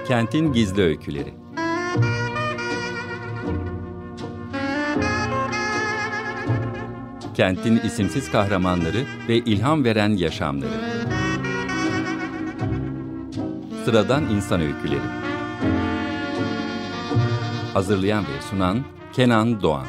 Kentin gizli öyküleri. Kentin isimsiz kahramanları ve ilham veren yaşamları. Sıradan insan öyküleri. Hazırlayan ve sunan Kenan Doğan.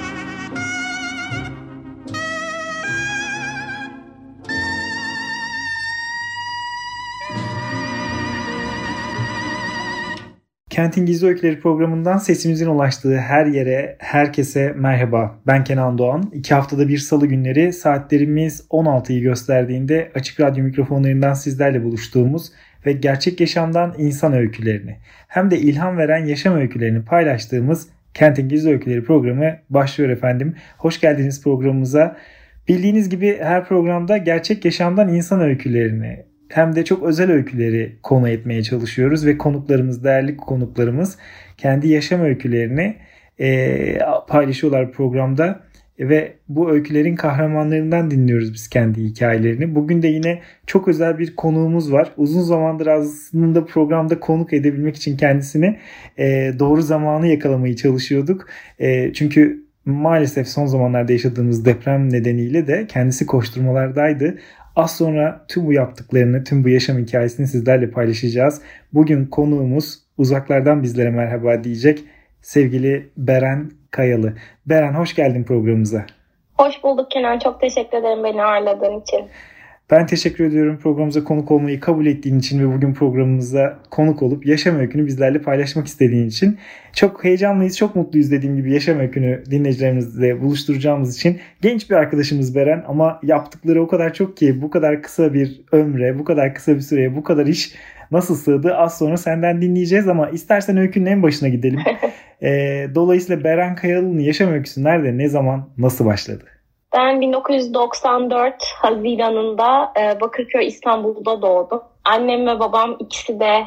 Kentin Gizli Öyküleri programından sesimizin ulaştığı her yere, herkese merhaba. Ben Kenan Doğan. 2 haftada bir salı günleri saatlerimiz 16'yı gösterdiğinde Açık Radyo mikrofonlarından sizlerle buluştuğumuz ve gerçek yaşamdan insan öykülerini hem de ilham veren yaşam öykülerini paylaştığımız Kentin Gizli Öyküleri programı başlıyor efendim. Hoş geldiniz programımıza. Bildiğiniz gibi her programda gerçek yaşamdan insan öykülerini hem de çok özel öyküleri konu etmeye çalışıyoruz ve konuklarımız, değerli konuklarımız kendi yaşam öykülerini paylaşıyorlar programda ve bu öykülerin kahramanlarından dinliyoruz biz kendi hikayelerini. Bugün de yine çok özel bir konuğumuz var. Uzun zamandır aslında programda konuk edebilmek için kendisini doğru zamanı yakalamayı çalışıyorduk. Çünkü maalesef son zamanlarda yaşadığımız deprem nedeniyle de kendisi koşturmalardaydı. Az sonra tüm bu yaptıklarını, tüm bu yaşam hikayesini sizlerle paylaşacağız. Bugün konuğumuz uzaklardan bizlere merhaba diyecek sevgili Beren Kayalı. Beren, hoş geldin programımıza. Hoş bulduk Kenan. Çok teşekkür ederim beni ağırladığın için. Ben teşekkür ediyorum programımıza konuk olmayı kabul ettiğin için ve bugün programımıza konuk olup yaşam öykünü bizlerle paylaşmak istediğin için. Çok heyecanlıyız, çok mutluyuz dediğim gibi yaşam öykünü dinleyicilerimizle buluşturacağımız için. Genç bir arkadaşımız Beren ama yaptıkları o kadar çok ki bu kadar kısa bir ömre, bu kadar kısa bir süreye bu kadar iş nasıl sığdı az sonra senden dinleyeceğiz ama istersen öykünün en başına gidelim. Dolayısıyla Beren Kayalı'nın yaşam öyküsü nerede, ne zaman, nasıl başladı? Ben 1994 Haziran'ında Bakırköy İstanbul'da doğdum. Annem ve babam ikisi de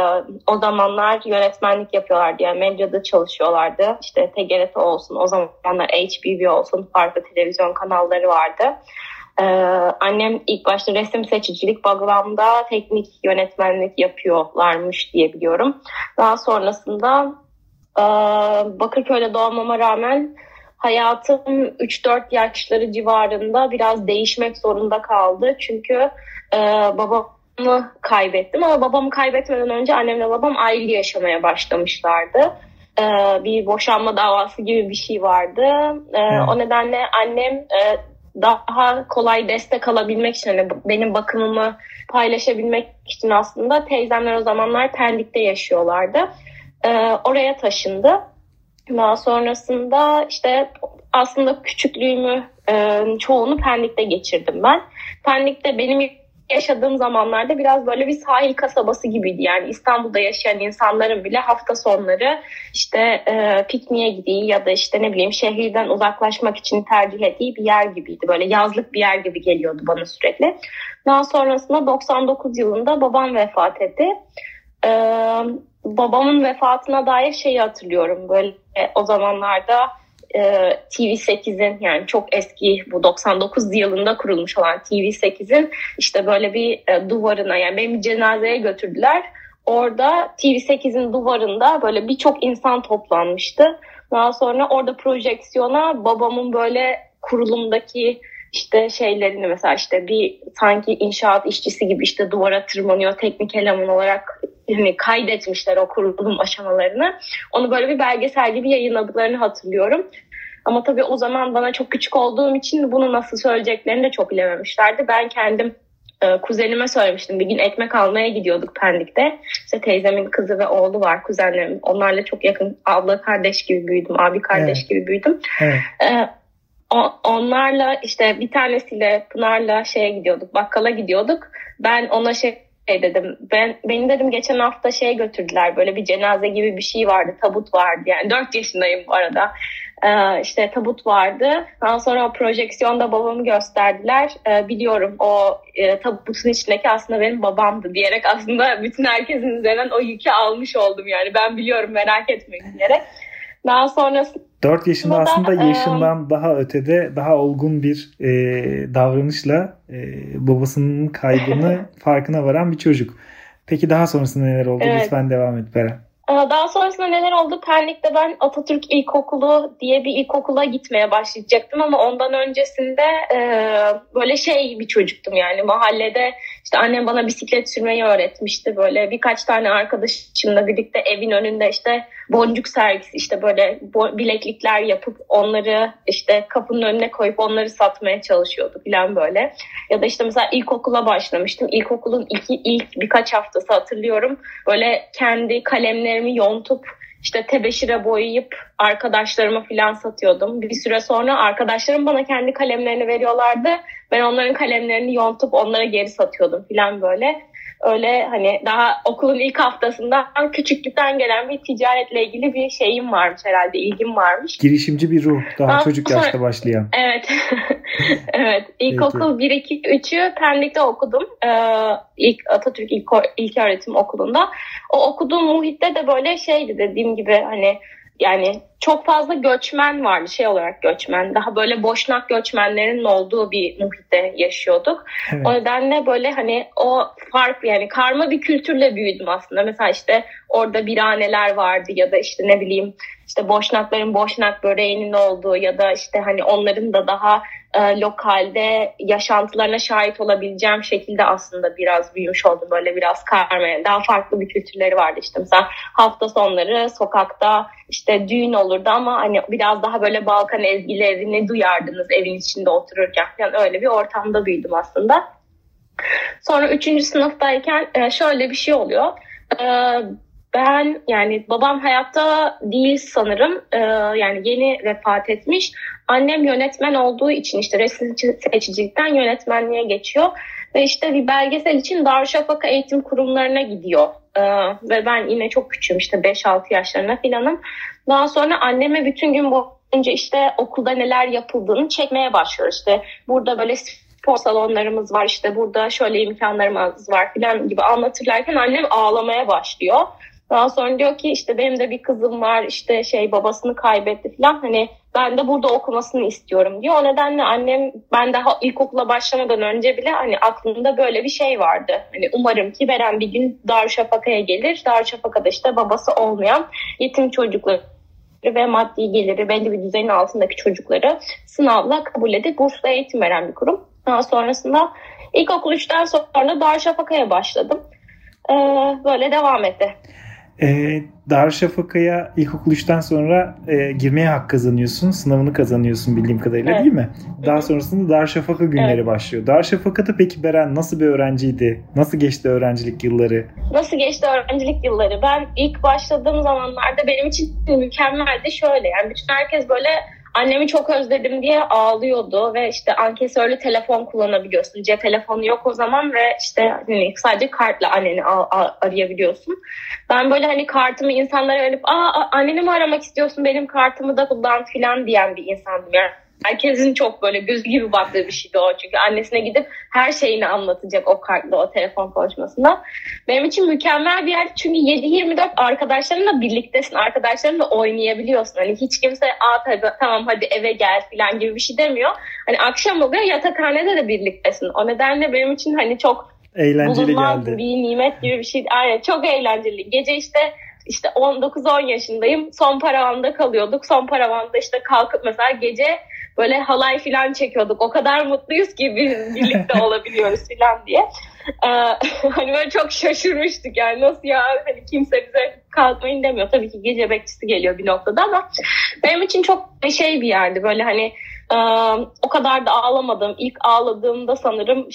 o zamanlar yönetmenlik yapıyorlardı. Yani medyada çalışıyorlardı. İşte TGRT olsun, o zamanlar HBB olsun, farklı televizyon kanalları vardı. Annem ilk başta resim seçicilik, babam teknik yönetmenlik yapıyorlarmış diye biliyorum. Daha sonrasında Bakırköy'de doğmama rağmen hayatım 3-4 yaşları civarında biraz değişmek zorunda kaldı. Çünkü babamı kaybettim ama babamı kaybetmeden önce annemle babam ayrı yaşamaya başlamışlardı. Bir boşanma davası gibi bir şey vardı. O nedenle annem daha kolay destek alabilmek için, hani benim bakımımı paylaşabilmek için aslında teyzemler o zamanlar Pendik'te yaşıyorlardı. Oraya taşındı. Daha sonrasında işte aslında küçüklüğümü çoğunu Pendik'te geçirdim ben. Pendik'te benim yaşadığım zamanlarda biraz böyle bir sahil kasabası gibiydi. Yani İstanbul'da yaşayan insanların bile hafta sonları işte pikniğe gittiği ya da işte ne bileyim şehirden uzaklaşmak için tercih ettiği bir yer gibiydi. Böyle yazlık bir yer gibi geliyordu bana sürekli. Daha sonrasında 99 yılında babam vefat etti. Babamın vefatına dair şeyi hatırlıyorum. Böyle o zamanlarda TV8'in, yani çok eski, bu 99 yılında kurulmuş olan TV8'in işte böyle bir duvarına, yani beni bir cenazeye götürdüler. Orada TV8'in duvarında böyle birçok insan toplanmıştı. Daha sonra orada projeksiyona babamın böyle kurulumdaki işte şeylerini, mesela işte bir sanki inşaat işçisi gibi işte duvara tırmanıyor teknik eleman olarak, yani kaydetmişler o kurulum aşamalarını. Onu böyle bir belgesel gibi yayınladıklarını hatırlıyorum. Ama tabii o zaman bana çok küçük olduğum için bunu nasıl söyleyeceklerini de çok bilememişlerdi. Ben kendim kuzenime söylemiştim. Bir gün ekmek almaya gidiyorduk Pendik'te. İşte teyzemin kızı ve oğlu var, kuzenlerim. Onlarla çok yakın, abla kardeş gibi büyüdüm, abi kardeş gibi büyüdüm. Evet. Onlarla işte bir tanesiyle, Pınar'la şeye gidiyorduk, bakkala gidiyorduk. Ben ona dedim, beni dedim geçen hafta götürdüler, böyle bir cenaze gibi bir şey vardı, tabut vardı, yani 4 yaşındayım bu arada. İşte tabut vardı. Daha sonra o projeksiyonda babamı gösterdiler. Biliyorum o tabutun içindeki aslında benim babamdı diyerek aslında bütün herkesin üzerinden o yükü almış oldum, yani ben biliyorum merak etmeyin diyerek. Daha sonrasında 4 yaşında aslında yaşından daha ötede, daha olgun bir davranışla babasının kaybını farkına varan bir çocuk. Peki daha sonrasında neler oldu? Evet. Lütfen devam et Beren. Daha sonrasında neler oldu? Pendik'te ben Atatürk İlkokulu diye bir ilkokula gitmeye başlayacaktım ama ondan öncesinde böyle bir çocuktum yani. Mahallede işte annem bana bisiklet sürmeyi öğretmişti. Böyle birkaç tane arkadaşımla birlikte evin önünde işte boncuk sergisi, işte böyle bileklikler yapıp onları işte kapının önüne koyup onları satmaya çalışıyordu falan böyle. Ya da işte mesela ilkokula başlamıştım. İlkokulun ilk birkaç haftası hatırlıyorum. Böyle kendi kalemlerimi yontup işte tebeşire boyayıp arkadaşlarıma falan satıyordum. Bir süre sonra arkadaşlarım bana kendi kalemlerini veriyorlardı. Ben onların kalemlerini yontup onlara geri satıyordum falan böyle. Öyle hani daha okulun ilk haftasından küçüklükten gelen bir ticaretle ilgili bir şeyim varmış herhalde, ilgim varmış. Girişimci bir ruh, daha çocuk yaşta başlayan. Evet. Evet. İlkokul 1, 2, 3'ü Pendik'te okudum. İlk Atatürk İlköğretim Okulu'nda. O okuduğum muhitte de böyle dediğim gibi hani yani çok fazla göçmen vardı, olarak göçmen. Daha böyle Boşnak göçmenlerinin olduğu bir muhitte yaşıyorduk. Evet. O nedenle böyle hani o farklı yani karma bir kültürle büyüdüm aslında. Mesela işte orada biraneler vardı ya da işte ne bileyim işte Boşnakların Boşnak böreğinin olduğu ya da işte hani onların da daha lokalde yaşantılarına şahit olabileceğim şekilde aslında biraz büyümüş oldum. Böyle biraz karma, daha farklı bir kültürleri vardı işte. Mesela hafta sonları sokakta işte düğün olurdu ama hani biraz daha böyle Balkan ezgilerini duyardınız evin içinde otururken. Yani öyle bir ortamda büyüdüm aslında. Sonra 3. sınıftayken şöyle bir şey oluyor. Ben yani babam hayatta değil sanırım, yani yeni vefat etmiş. Annem yönetmen olduğu için işte resim seçicilikten yönetmenliğe geçiyor. Ve işte bir belgesel için Darüşşafaka eğitim kurumlarına gidiyor. Ve ben yine çok küçüğüm, işte 5-6 yaşlarına filanım. Daha sonra anneme bütün gün boyunca işte okulda neler yapıldığını çekmeye başlıyor. İşte burada böyle spor salonlarımız var, işte burada şöyle imkanlarımız var filan gibi anlatırlarken annem ağlamaya başlıyor. Daha sonra diyor ki işte benim de bir kızım var, işte babasını kaybetti falan, hani ben de burada okumasını istiyorum diyor. O nedenle annem, ben daha ilkokula başlamadan önce bile hani aklımda böyle bir şey vardı. Hani umarım ki Beren bir gün Darüşşafaka'ya gelir. Darüşşafaka'da işte babası olmayan yetim çocukları ve maddi geliri belli bir düzeyin altındaki çocukları sınavla kabul edip burslu eğitim veren bir kurum. Daha sonrasında ilkokul 3'ten sonra Darüşşafaka'ya başladım. Böyle devam etti. Darüşşafaka'ya ilkokul 3'ten sonra girmeye hak kazanıyorsun. Sınavını kazanıyorsun bildiğim kadarıyla, evet. Değil mi? Daha sonrasında Darüşşafaka günleri, evet, başlıyor. Darüşşafaka'da peki Beren nasıl bir öğrenciydi? Nasıl geçti öğrencilik yılları? Nasıl geçti öğrencilik yılları? Ben ilk başladığım zamanlarda benim için mükemmeldi. Şöyle yani bütün herkes böyle annemi çok özledim diye ağlıyordu ve işte ankesörlü telefon kullanabiliyorsun. Cep telefonu yok o zaman ve işte hani sadece kartla anneni arayabiliyorsun. Ben böyle hani kartımı insanlara verip anneni mi aramak istiyorsun, benim kartımı da kullan filan diyen bir insandım yani. Herkesin çok böyle göz gibi baktığı bir şeydi o. Çünkü annesine gidip her şeyini anlatacak o kartla, o telefon konuşmasında. Benim için mükemmel bir yer. Çünkü 7-24 arkadaşlarınla birliktesin. Arkadaşlarınla oynayabiliyorsun. Hani hiç kimse tamam hadi eve gel falan gibi bir şey demiyor. Hani akşam oluyor, yatakhanede de birliktesin. O nedenle benim için hani çok eğlenceli bulunmaz geldi. Bir nimet gibi bir şey. Aynen, çok eğlenceli. Gece işte 19-10 yaşındayım. Son paravanda kalıyorduk. Son paravanda işte kalkıp mesela gece böyle halay falan çekiyorduk. O kadar mutluyuz ki biz birlikte olabiliyoruz falan diye. Hani böyle çok şaşırmıştık yani, nasıl ya, hani kimse bize kalkmayın demiyor. Tabii ki gece bekçisi geliyor bir noktada ama benim için çok bir yerdi. Böyle hani o kadar da ağlamadım. İlk ağladığımda sanırım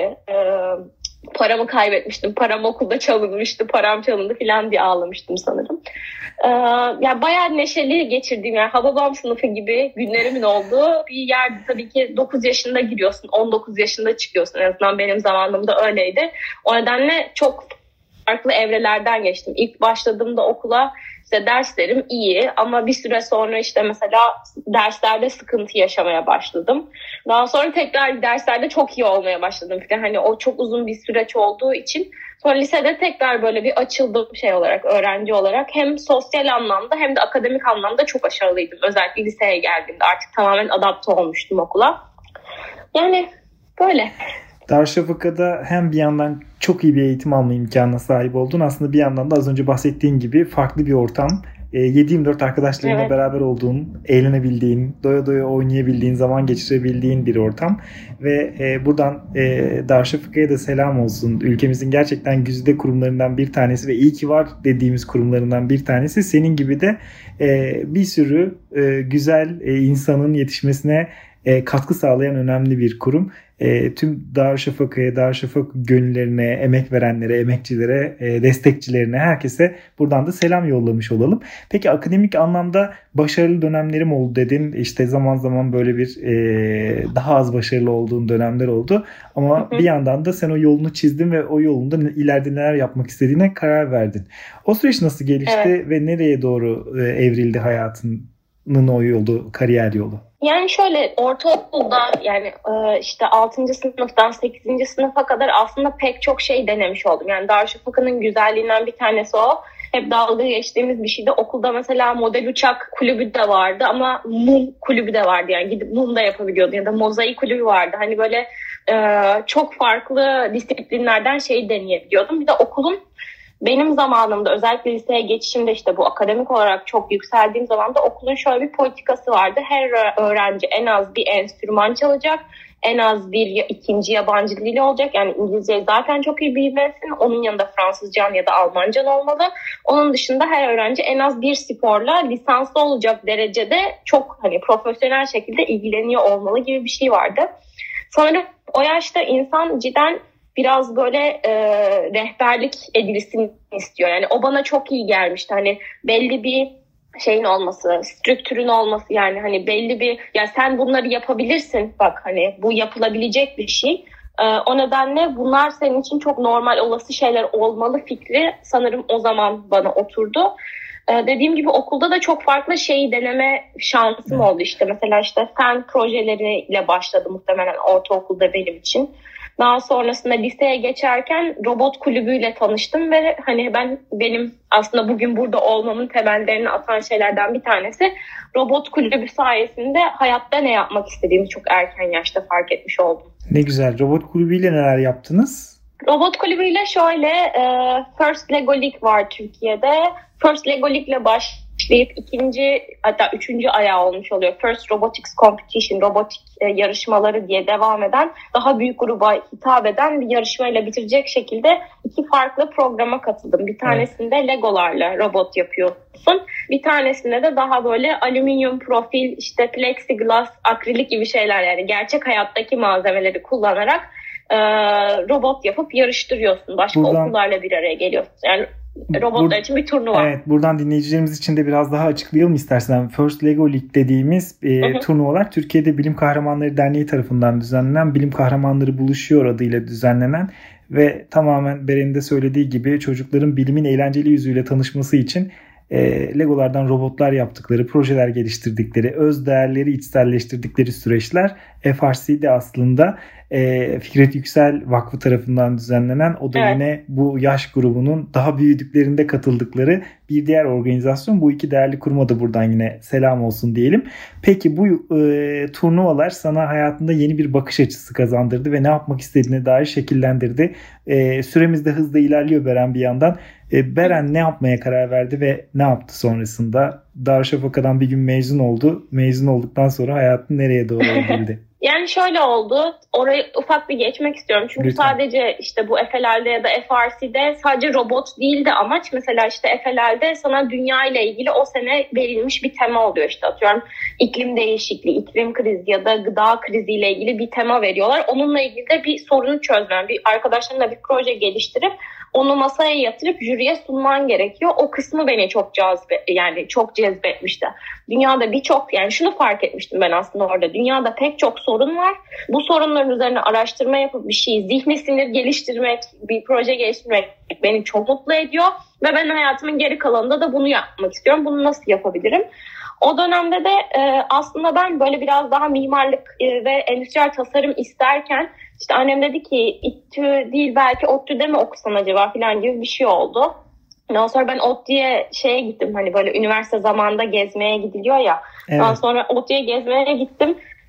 paramı kaybetmiştim. Param okulda çalınmıştı. Param çalındı falan diye ağlamıştım sanırım. Yani bayağı neşeli geçirdiğim, yani Hababam sınıfı gibi günlerimin olduğu bir yerdi. Tabii ki 9 yaşında giriyorsun, 19 yaşında çıkıyorsun. En azından benim zamanımda öyleydi. O nedenle çok farklı evrelerden geçtim. İlk başladığımda okula işte derslerim iyi ama bir süre sonra işte mesela derslerde sıkıntı yaşamaya başladım. Daha sonra tekrar derslerde çok iyi olmaya başladım. Hani o çok uzun bir süreç olduğu için sonra lisede tekrar böyle bir açıldım olarak, öğrenci olarak. Hem sosyal anlamda hem de akademik anlamda çok başarılıydım. Özellikle liseye geldiğimde artık tamamen adapte olmuştum okula. Yani böyle. Darüşşafaka'da hem bir yandan çok iyi bir eğitim alma imkanına sahip oldun. Aslında bir yandan da az önce bahsettiğin gibi farklı bir ortam. 7/24 arkadaşlarınla Evet. beraber olduğun, eğlenebildiğin, doya doya oynayabildiğin, zaman geçirebildiğin bir ortam. Ve buradan Darüşşafaka'ya da selam olsun. Ülkemizin gerçekten güzide kurumlarından bir tanesi ve iyi ki var dediğimiz kurumlarından bir tanesi. Senin gibi de bir sürü güzel insanın yetişmesine katkı sağlayan önemli bir kurum. Tüm Darüşşafaka'ya, Darüşşafaka gönüllerine, emek verenlere, emekçilere, destekçilerine, herkese buradan da selam yollamış olalım. Peki akademik anlamda başarılı dönemlerim oldu dedin. İşte zaman zaman böyle bir daha az başarılı olduğun dönemler oldu. Ama bir yandan da sen o yolunu çizdin ve o yolunda ileride neler yapmak istediğine karar verdin. O süreç nasıl gelişti ve nereye doğru evrildi hayatının o yolu, kariyer yolu? Yani şöyle, ortaokulda yani işte 6. sınıftan 8. sınıfa kadar aslında pek çok şey denemiş oldum. Yani Darüşşafaka'nın güzelliğinden bir tanesi o. Hep dalga geçtiğimiz bir şeydi. Okulda mesela model uçak kulübü de vardı ama mum kulübü de vardı. Yani gidip mum da yapabiliyordun ya da mozaik kulübü vardı. Hani böyle çok farklı disiplinlerden şey deneyebiliyordum. Bir de okulun benim zamanımda, özellikle liseye geçişimde, işte bu akademik olarak çok yükseldiğim zaman da okulun şöyle bir politikası vardı. Her öğrenci en az bir enstrüman çalacak, en az bir ikinci yabancı dili olacak. Yani İngilizceyi zaten çok iyi bilmelisin. Onun yanında Fransızcan ya da Almancan olmalı. Onun dışında her öğrenci en az bir sporla lisanslı olacak derecede çok hani profesyonel şekilde ilgileniyor olmalı gibi bir şey vardı. Sanırım o yaşta insan cidden biraz böyle rehberlik edilsin istiyor. Yani o bana çok iyi gelmişti. Hani belli bir şeyin olması, strüktürün olması, yani hani belli bir, ya sen bunları yapabilirsin, bak hani bu yapılabilecek bir şey. O nedenle bunlar senin için çok normal, olası şeyler olmalı fikri sanırım o zaman bana oturdu. Dediğim gibi okulda da çok farklı şeyi deneme şansım oldu işte. Mesela işte fen projeleriyle başladı muhtemelen ortaokulda benim için. Daha sonrasında liseye geçerken robot kulübüyle tanıştım ve hani benim aslında bugün burada olmamın temellerini atan şeylerden bir tanesi robot kulübü sayesinde hayatta ne yapmak istediğimi çok erken yaşta fark etmiş oldum. Ne güzel. Robot kulübüyle neler yaptınız? Robot kulübüyle şöyle, First Lego League var Türkiye'de. First Lego League'le başlayıp ikinci hatta üçüncü ayağı olmuş oluyor. First Robotics Competition, robotik yarışmaları diye devam eden, daha büyük gruba hitap eden bir yarışmayla bitirecek şekilde iki farklı programa katıldım. Bir tanesinde Legolarla robot yapıyorsun. Bir tanesinde de daha böyle alüminyum profil, işte plexiglass, akrilik gibi şeyler, yani gerçek hayattaki malzemeleri kullanarak robot yapıp yarıştırıyorsun. Başka okullarla bir araya geliyorsun. Yani robotlar için bir turnuva. Evet, buradan dinleyicilerimiz için de biraz daha açıklayalım istersen. First Lego League dediğimiz turnuvalar Türkiye'de Bilim Kahramanları Derneği tarafından düzenlenen, Bilim Kahramanları Buluşuyor adıyla düzenlenen ve tamamen Beren'in de söylediği gibi çocukların bilimin eğlenceli yüzüyle tanışması için Legolardan robotlar yaptıkları, projeler geliştirdikleri, öz değerleri içselleştirdikleri süreçler. FRC'de aslında Fikret Yüksel Vakfı tarafından düzenlenen, o da yine bu yaş grubunun daha büyüdüklerinde katıldıkları bir diğer organizasyon. Bu iki değerli kuruma da buradan yine selam olsun diyelim. Peki bu turnuvalar sana hayatında yeni bir bakış açısı kazandırdı ve ne yapmak istediğine dair şekillendirdi. Süremiz de hızla ilerliyor Beren bir yandan. Beren ne yapmaya karar verdi ve ne yaptı sonrasında? Darüşşafaka'dan bir gün mezun oldu. Mezun olduktan sonra hayatın nereye doğru evrildi? Yani şöyle oldu. Orayı ufak bir geçmek istiyorum. Çünkü sadece işte bu Efeler'de ya da FRC'de sadece robot değildi amaç. Mesela işte Efeler'de sana dünya ile ilgili o sene verilmiş bir tema oluyor. İşte atıyorum iklim değişikliği, iklim krizi ya da gıda kriziyle ilgili bir tema veriyorlar. Onunla ilgili de bir sorunu çözmen, bir arkadaşlarınla bir proje geliştirip onu masaya yatırıp jüriye sunman gerekiyor. O kısmı beni çok cezbetmişti. Dünyada birçok, yani şunu fark etmiştim ben aslında orada. Dünyada pek çok sorun var. Bu sorunların üzerine araştırma yapıp bir şeyi, zihni sinir geliştirmek, bir proje geliştirmek beni çok mutlu ediyor. Ve ben hayatımın geri kalanında da bunu yapmak istiyorum. Bunu nasıl yapabilirim? O dönemde de aslında ben böyle biraz daha mimarlık ve endüstriyel tasarım isterken işte annem dedi ki İTÜ değil belki ODTÜ'de mi okusan acaba falan gibi bir şey oldu. Ondan sonra ben ODTÜ'ye gittim, hani böyle üniversite zamanında gezmeye gidiliyor ya. Evet. Ondan sonra ODTÜ'ye gezmeye gittim.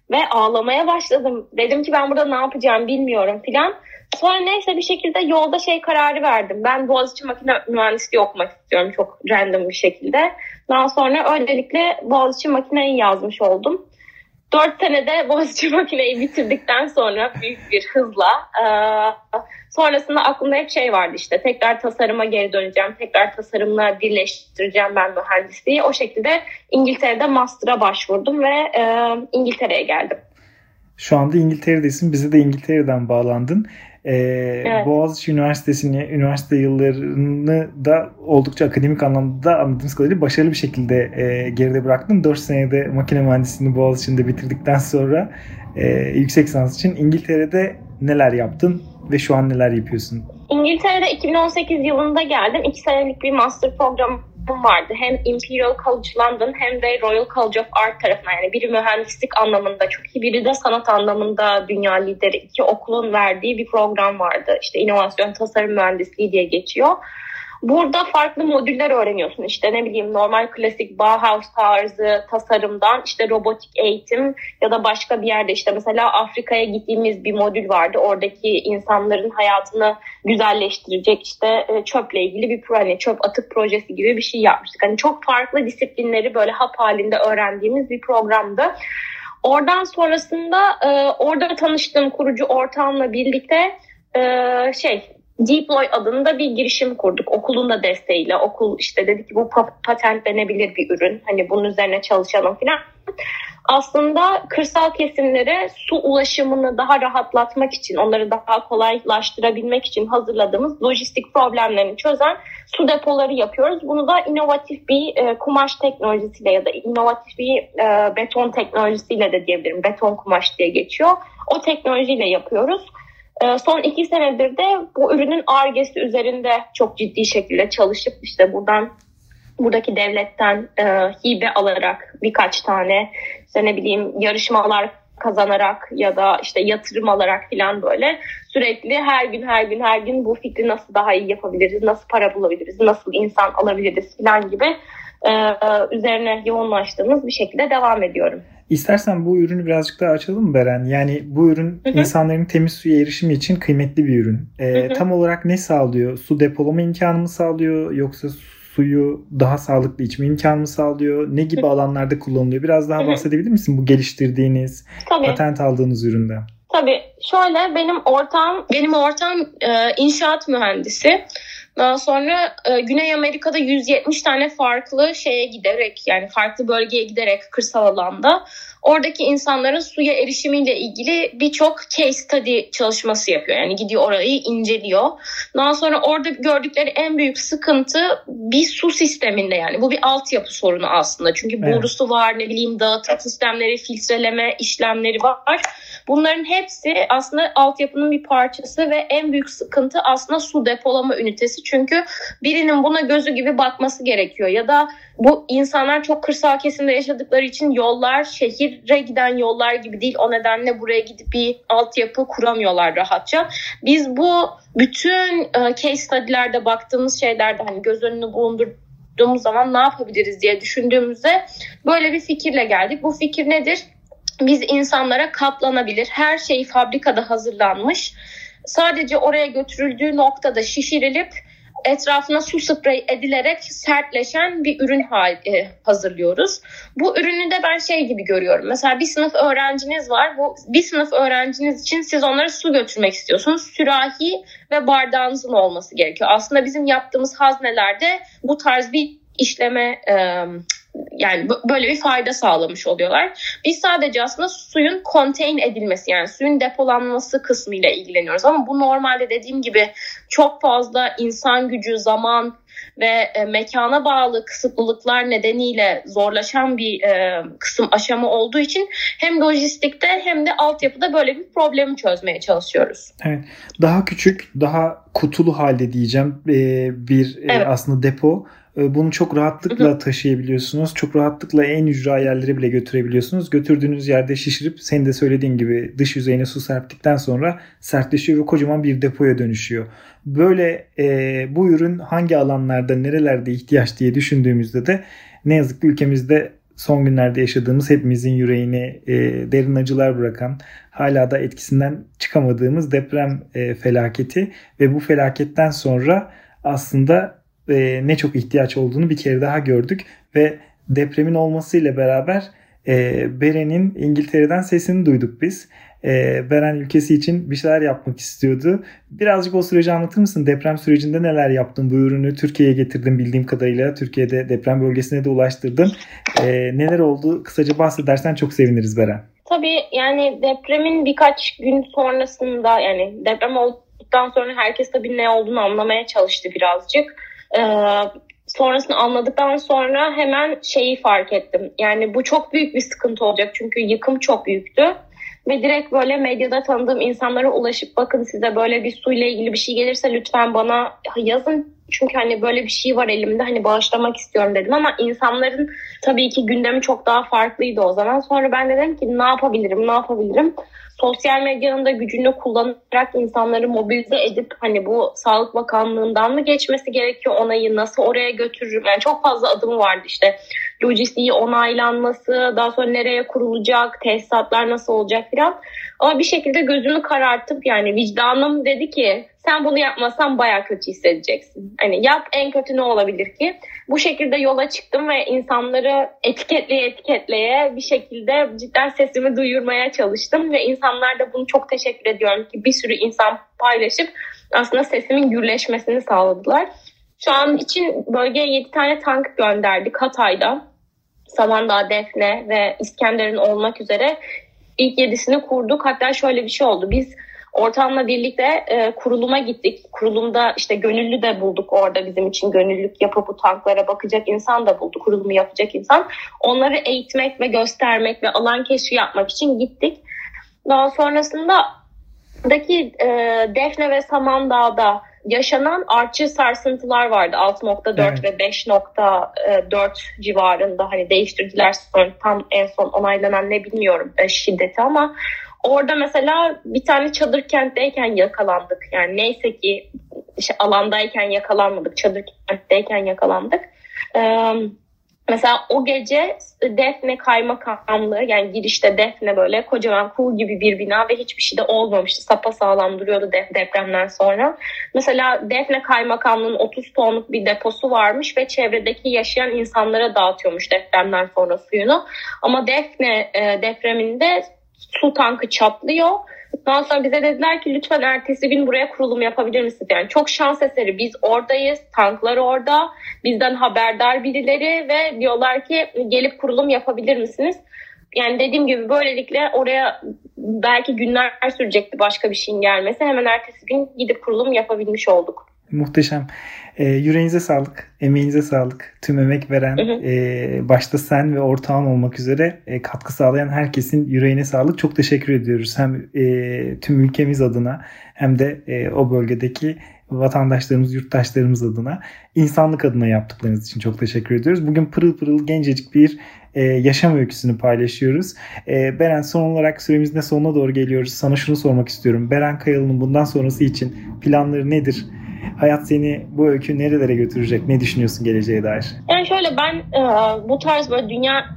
Ve ağlamaya başladım. Dedim ki ben burada ne yapacağım bilmiyorum filan. Sonra neyse bir şekilde yolda kararı verdim. Ben Boğaziçi Makine Mühendisliği okumak istiyorum çok random bir şekilde. Daha sonra öylelikle Boğaziçi Makine'yi yazmış oldum. 4 senede Boğaziçi Makine'yi bitirdikten sonra büyük bir hızla sonrasında aklımda hep vardı tekrar tasarıma geri döneceğim. Tekrar tasarımla birleştireceğim ben mühendisliği. O şekilde İngiltere'de master'a başvurdum ve İngiltere'ye geldim. Şu anda İngiltere'desin. Bize de İngiltere'den bağlandın. Evet. Boğaziçi Üniversitesi'ni, üniversite yıllarını da oldukça akademik anlamda anladığımız kadarıyla başarılı bir şekilde geride bıraktın. 4 senede makine mühendisliğini Boğaziçi'nde bitirdikten sonra yüksek lisans için İngiltere'de neler yaptın ve şu an neler yapıyorsun? İngiltere'de 2018 yılında geldim. 2 senelik bir master programım vardı. Hem Imperial College London hem de Royal College of Art tarafından. Yani biri mühendislik anlamında çok iyi, biri de sanat anlamında dünya lideri 2 okulun verdiği bir program vardı. İnovasyon tasarım mühendisliği diye geçiyor. Burada farklı modüller öğreniyorsun. Normal klasik Bauhaus tarzı tasarımdan robotik eğitim ya da başka bir yerde mesela Afrika'ya gittiğimiz bir modül vardı. Oradaki insanların hayatını güzelleştirecek çöple ilgili bir çöp atık projesi gibi bir şey yapmıştık. Çok farklı disiplinleri böyle hap halinde öğrendiğimiz bir programdı. Oradan sonrasında orada tanıştığım kurucu ortağımla birlikte Deploy adında bir girişim kurduk. Okulun da desteğiyle. Okul dedi ki bu patentlenebilir bir ürün. Bunun üzerine çalışalım falan. Aslında kırsal kesimlere su ulaşımını daha rahatlatmak için, onları daha kolaylaştırabilmek için hazırladığımız lojistik problemlerini çözen su depoları yapıyoruz. Bunu da inovatif bir kumaş teknolojisiyle ya da inovatif bir beton teknolojisiyle de diyebilirim. Beton kumaş diye geçiyor. O teknolojiyle yapıyoruz. Son 2 senedir de bu ürünün Ar-Ge'si üzerinde çok ciddi şekilde çalışıp buradaki devletten hibe alarak birkaç tane yarışmalar kazanarak ya da yatırım alarak falan böyle sürekli her gün bu fikri nasıl daha iyi yapabiliriz, nasıl para bulabiliriz, nasıl insan alabiliriz falan gibi üzerine yoğunlaştığımız bir şekilde devam ediyorum. İstersen bu ürünü birazcık daha açalım mı Beren? Yani bu ürün insanların temiz suya erişimi için kıymetli bir ürün. Tam olarak ne sağlıyor? Su depolama imkanı mı sağlıyor? Yoksa suyu daha sağlıklı içme imkanı mı sağlıyor? Ne gibi alanlarda kullanılıyor? Biraz daha bahsedebilir misin bu geliştirdiğiniz, patent aldığınız üründe? Tabii. Şöyle benim ortağım inşaat mühendisi. Daha sonra Güney Amerika'da 170 tane farklı farklı bölgeye giderek kırsal alanda oradaki insanların suya erişimiyle ilgili birçok case study çalışması yapıyor. Yani gidiyor orayı inceliyor. Daha sonra orada gördükleri en büyük sıkıntı bir su sisteminde bu bir altyapı sorunu aslında. Çünkü borusu var, dağıtım sistemleri, filtreleme işlemleri var. Bunların hepsi aslında altyapının bir parçası ve en büyük sıkıntı aslında su depolama ünitesi. Çünkü birinin buna gözü gibi bakması gerekiyor. Ya da bu insanlar çok kırsal kesimde yaşadıkları için yollar şehire giden yollar gibi değil. O nedenle buraya gidip bir altyapı kuramıyorlar rahatça. Biz bu bütün case study'lerde baktığımız şeylerde göz önüne bulundurduğumuz zaman ne yapabiliriz diye düşündüğümüzde böyle bir fikirle geldik. Bu fikir nedir? Biz insanlara katlanabilir, her şey fabrikada hazırlanmış, sadece oraya götürüldüğü noktada şişirilip etrafına su sprey edilerek sertleşen bir ürün hazırlıyoruz. Bu ürünü de ben gibi görüyorum. Mesela bir sınıf öğrenciniz var. Bu bir sınıf öğrenciniz için siz onlara su götürmek istiyorsunuz. Sürahi ve bardağınızın olması gerekiyor. Aslında bizim yaptığımız haznelerde bu tarz bir işleme böyle bir fayda sağlamış oluyorlar. Biz sadece aslında suyun contain edilmesi suyun depolanması kısmıyla ilgileniyoruz. Ama bu normalde dediğim gibi çok fazla insan gücü, zaman ve mekana bağlı kısıtlılıklar nedeniyle zorlaşan bir aşama olduğu için hem lojistikte hem de altyapıda böyle bir problemi çözmeye çalışıyoruz. Evet. Daha küçük, daha kutulu halde diyeceğim aslında depo. Bunu çok rahatlıkla taşıyabiliyorsunuz. Çok rahatlıkla en ücra yerlere bile götürebiliyorsunuz. Götürdüğünüz yerde şişirip senin de söylediğin gibi dış yüzeyine su serptikten sonra sertleşiyor ve kocaman bir depoya dönüşüyor. Böyle bu ürün hangi alanlarda, nerelerde ihtiyaç diye düşündüğümüzde de ne yazık ki ülkemizde son günlerde yaşadığımız, hepimizin yüreğini derin acılar bırakan, hala da etkisinden çıkamadığımız deprem felaketi ve bu felaketten sonra aslında ne çok ihtiyaç olduğunu bir kere daha gördük ve depremin olmasıyla beraber Beren'in İngiltere'den sesini duyduk biz. Beren ülkesi için bir şeyler yapmak istiyordu. Birazcık o süreci anlatır mısın? Deprem sürecinde neler yaptın? Bu ürünü Türkiye'ye getirdin bildiğim kadarıyla. Türkiye'de deprem bölgesine de ulaştırdın. Neler oldu? Kısaca bahsedersen çok seviniriz Beren. Tabii yani depremin birkaç gün sonrasında, yani deprem olduktan sonra herkes tabii ne olduğunu anlamaya çalıştı birazcık. Sonrasını anladıktan sonra hemen şeyi fark ettim. Yani bu çok büyük bir sıkıntı olacak çünkü yıkım çok büyüktü. Ve direkt böyle medyada tanıdığım insanlara ulaşıp bakın size böyle bir suyla ilgili bir şey gelirse lütfen bana yazın. Çünkü hani böyle bir şey var elimde, hani bağışlamak istiyorum dedim ama insanların tabii ki gündemi çok daha farklıydı o zaman. Sonra ben dedim ki ne yapabilirim? Sosyal medyanın da gücünü kullanarak insanları mobilize edip hani bu Sağlık Bakanlığı'ndan mı geçmesi gerekiyor onayı, nasıl oraya götürürüm? Yani çok fazla adımı vardı işte. Lojistiği onaylanması, daha sonra nereye kurulacak, tesisatlar nasıl olacak falan. Ama bir şekilde gözümü karartıp, yani vicdanım dedi ki sen bunu yapmasan bayağı kötü hissedeceksin. Hani yap, en kötü ne olabilir ki? Bu şekilde yola çıktım ve insanları etiketleye bir şekilde cidden sesimi duyurmaya çalıştım. Ve insanlar da bunu çok teşekkür ediyorum ki bir sürü insan paylaşıp aslında sesimin gürleşmesini sağladılar. Şu an için bölgeye 7 tane tank gönderdik Hatay'da. Samandağ, Defne ve İskenderun olmak üzere ilk 7'sini kurduk. Hatta şöyle bir şey oldu. Biz ortamla birlikte kuruluma gittik. Kurulumda işte gönüllü de bulduk orada bizim için. Gönüllülük yapıp bu tanklara bakacak insan da bulduk. Kurulumu yapacak insan. Onları eğitmek ve göstermek ve alan keşfi yapmak için gittik. Daha sonrasında Defne ve Samandağ'da yaşanan artçı sarsıntılar vardı. 6.4 evet. Ve 5.4 civarında, hani değiştirdiler sonra, tam en son onaylanan ne bilmiyorum şiddeti, ama orada mesela bir tane çadır kentteyken yakalandık. Yani neyse ki işte alandayken yakalanmadık, çadır kentteyken yakalandık. Mesela o gece Defne Kaymakamlığı, yani girişte Defne böyle kocaman kuğu gibi bir bina ve hiçbir şey de olmamıştı. Sapasağlam duruyordu depremden sonra. Mesela Defne Kaymakamlığı'nın 30 tonluk bir deposu varmış ve çevredeki yaşayan insanlara dağıtıyormuş depremden sonra suyunu. Ama Defne depreminde su tankı çatlıyor. Daha sonra bize dediler ki lütfen ertesi gün buraya kurulum yapabilir misiniz? Yani çok şans eseri biz oradayız, tanklar orada, bizden haberdar birileri ve diyorlar ki gelip kurulum yapabilir misiniz? Yani dediğim gibi böylelikle oraya belki günler sürecekti başka bir şeyin gelmesi. Hemen ertesi gün gidip kurulum yapabilmiş olduk. Muhteşem. Yüreğinize sağlık, emeğinize sağlık. Tüm emek veren, başta sen ve ortağın olmak üzere katkı sağlayan herkesin yüreğine sağlık. Çok teşekkür ediyoruz. Hem tüm ülkemiz adına hem de o bölgedeki vatandaşlarımız, yurttaşlarımız adına, insanlık adına yaptıklarınız için çok teşekkür ediyoruz. Bugün pırıl pırıl gencecik bir yaşam öyküsünü paylaşıyoruz. Beren, son olarak süremizin de sonuna doğru geliyoruz. Sana şunu sormak istiyorum. Beren Kayalı'nın bundan sonrası için planları nedir? Hayat seni, bu öykü nerelere götürecek? Ne düşünüyorsun geleceğe dair? Yani şöyle, ben bu tarz böyle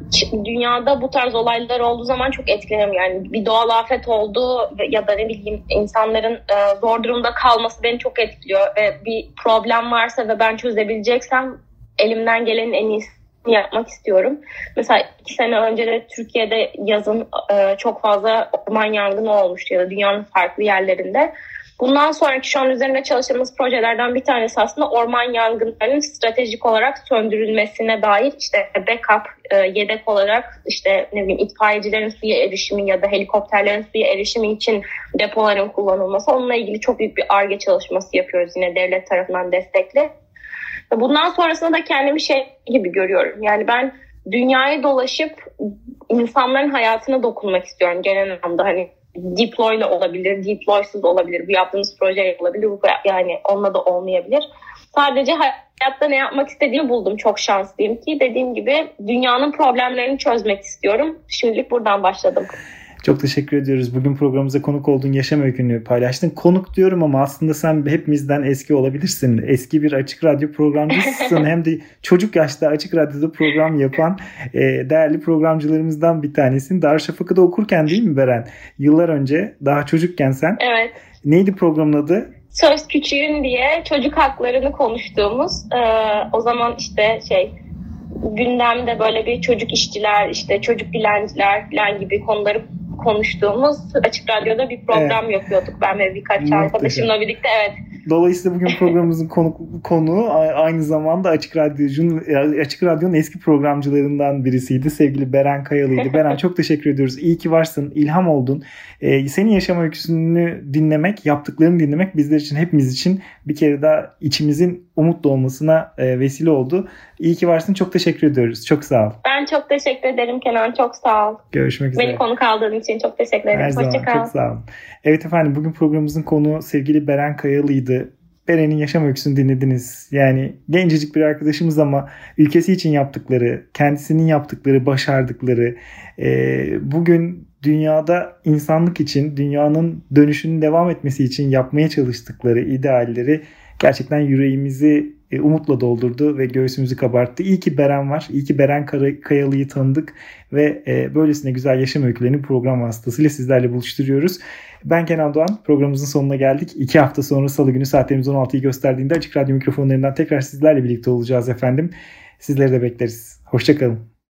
dünyada bu tarz olaylar olduğu zaman çok etkileniyorum. Yani bir doğal afet oldu ya da ne bileyim insanların zor durumda kalması beni çok etkiliyor. Ve bir problem varsa ve ben çözebileceksem elimden gelenin en iyisini yapmak istiyorum. Mesela 2 sene önce de Türkiye'de yazın çok fazla orman yangını olmuştu ya da dünyanın farklı yerlerinde. Bundan sonraki şu an üzerinde çalıştığımız projelerden bir tanesi aslında orman yangınlarının stratejik olarak söndürülmesine dair, işte backup, yedek olarak işte ne bileyim itfaiyecilerin suya erişimi ya da helikopterlerin suya erişimi için depoların kullanılması. Onunla ilgili çok büyük bir Ar-Ge çalışması yapıyoruz yine devlet tarafından destekli. Bundan sonrasında da kendimi şey gibi görüyorum. Yani ben dünyayı dolaşıp insanların hayatına dokunmak istiyorum genel anlamda. Hani deploy ile olabilir, deploysuz olabilir. Bu yaptığımız proje olabilir. Yani onunla da olmayabilir. Sadece hayatta ne yapmak istediğimi buldum. Çok şanslıyım ki dediğim gibi dünyanın problemlerini çözmek istiyorum. Şimdilik buradan başladım. Çok teşekkür ediyoruz. Bugün programımıza konuk olduğun yaşam öykünü paylaştın. Konuk diyorum ama aslında sen hepimizden eski olabilirsin. Eski bir Açık Radyo programcısın. Hem de çocuk yaşta Açık Radyo'da program yapan değerli programcılarımızdan bir tanesin. Darüşşafaka'da okurken değil mi Beren? Yıllar önce, daha çocukken sen. Evet. Neydi programın adı? Söz Küçüğün diye çocuk haklarını konuştuğumuz, o zaman işte gündemde böyle bir çocuk işçiler, işte çocuk dilenciler falan gibi konuları konuştuğumuz Açık Radyo'da bir program yapıyorduk ben ve birkaç arkadaşımla birlikte. Evet. Dolayısıyla bugün programımızın konuğu aynı zamanda Açık Radyo'nun eski programcılarından birisiydi. Sevgili Beren Kayalı'ydı. Beren, çok teşekkür ediyoruz. İyi ki varsın, ilham oldun. Senin yaşam öyküsünü dinlemek, yaptıklarını dinlemek bizler için, hepimiz için bir kere daha içimizin umutlu olmasına vesile oldu. İyi ki varsın. Çok teşekkür ediyoruz. Çok sağ ol. Ben çok teşekkür ederim Kenan. Çok sağ ol. Görüşmek üzere. Beni konuk aldığın için çok teşekkür ederim. Her zaman. Çok sağ ol. Evet efendim, bugün programımızın konuğu sevgili Beren Kayalı'ydı. Beren'in yaşam öyküsünü dinlediniz. Yani gencecik bir arkadaşımız ama ülkesi için yaptıkları, kendisinin yaptıkları, başardıkları, bugün dünyada insanlık için, dünyanın dönüşünün devam etmesi için yapmaya çalıştıkları idealleri gerçekten yüreğimizi umutla doldurdu ve göğsümüzü kabarttı. İyi ki Beren var. İyi ki Beren Kayalı'yı tanıdık ve böylesine güzel yaşam öykülerini program vasıtasıyla sizlerle buluşturuyoruz. Ben Kenan Doğan. Programımızın sonuna geldik. 2 hafta sonra Salı günü saatlerimiz 16'yı gösterdiğinde Açık Radyo mikrofonlarından tekrar sizlerle birlikte olacağız efendim. Sizleri de bekleriz. Hoşça kalın.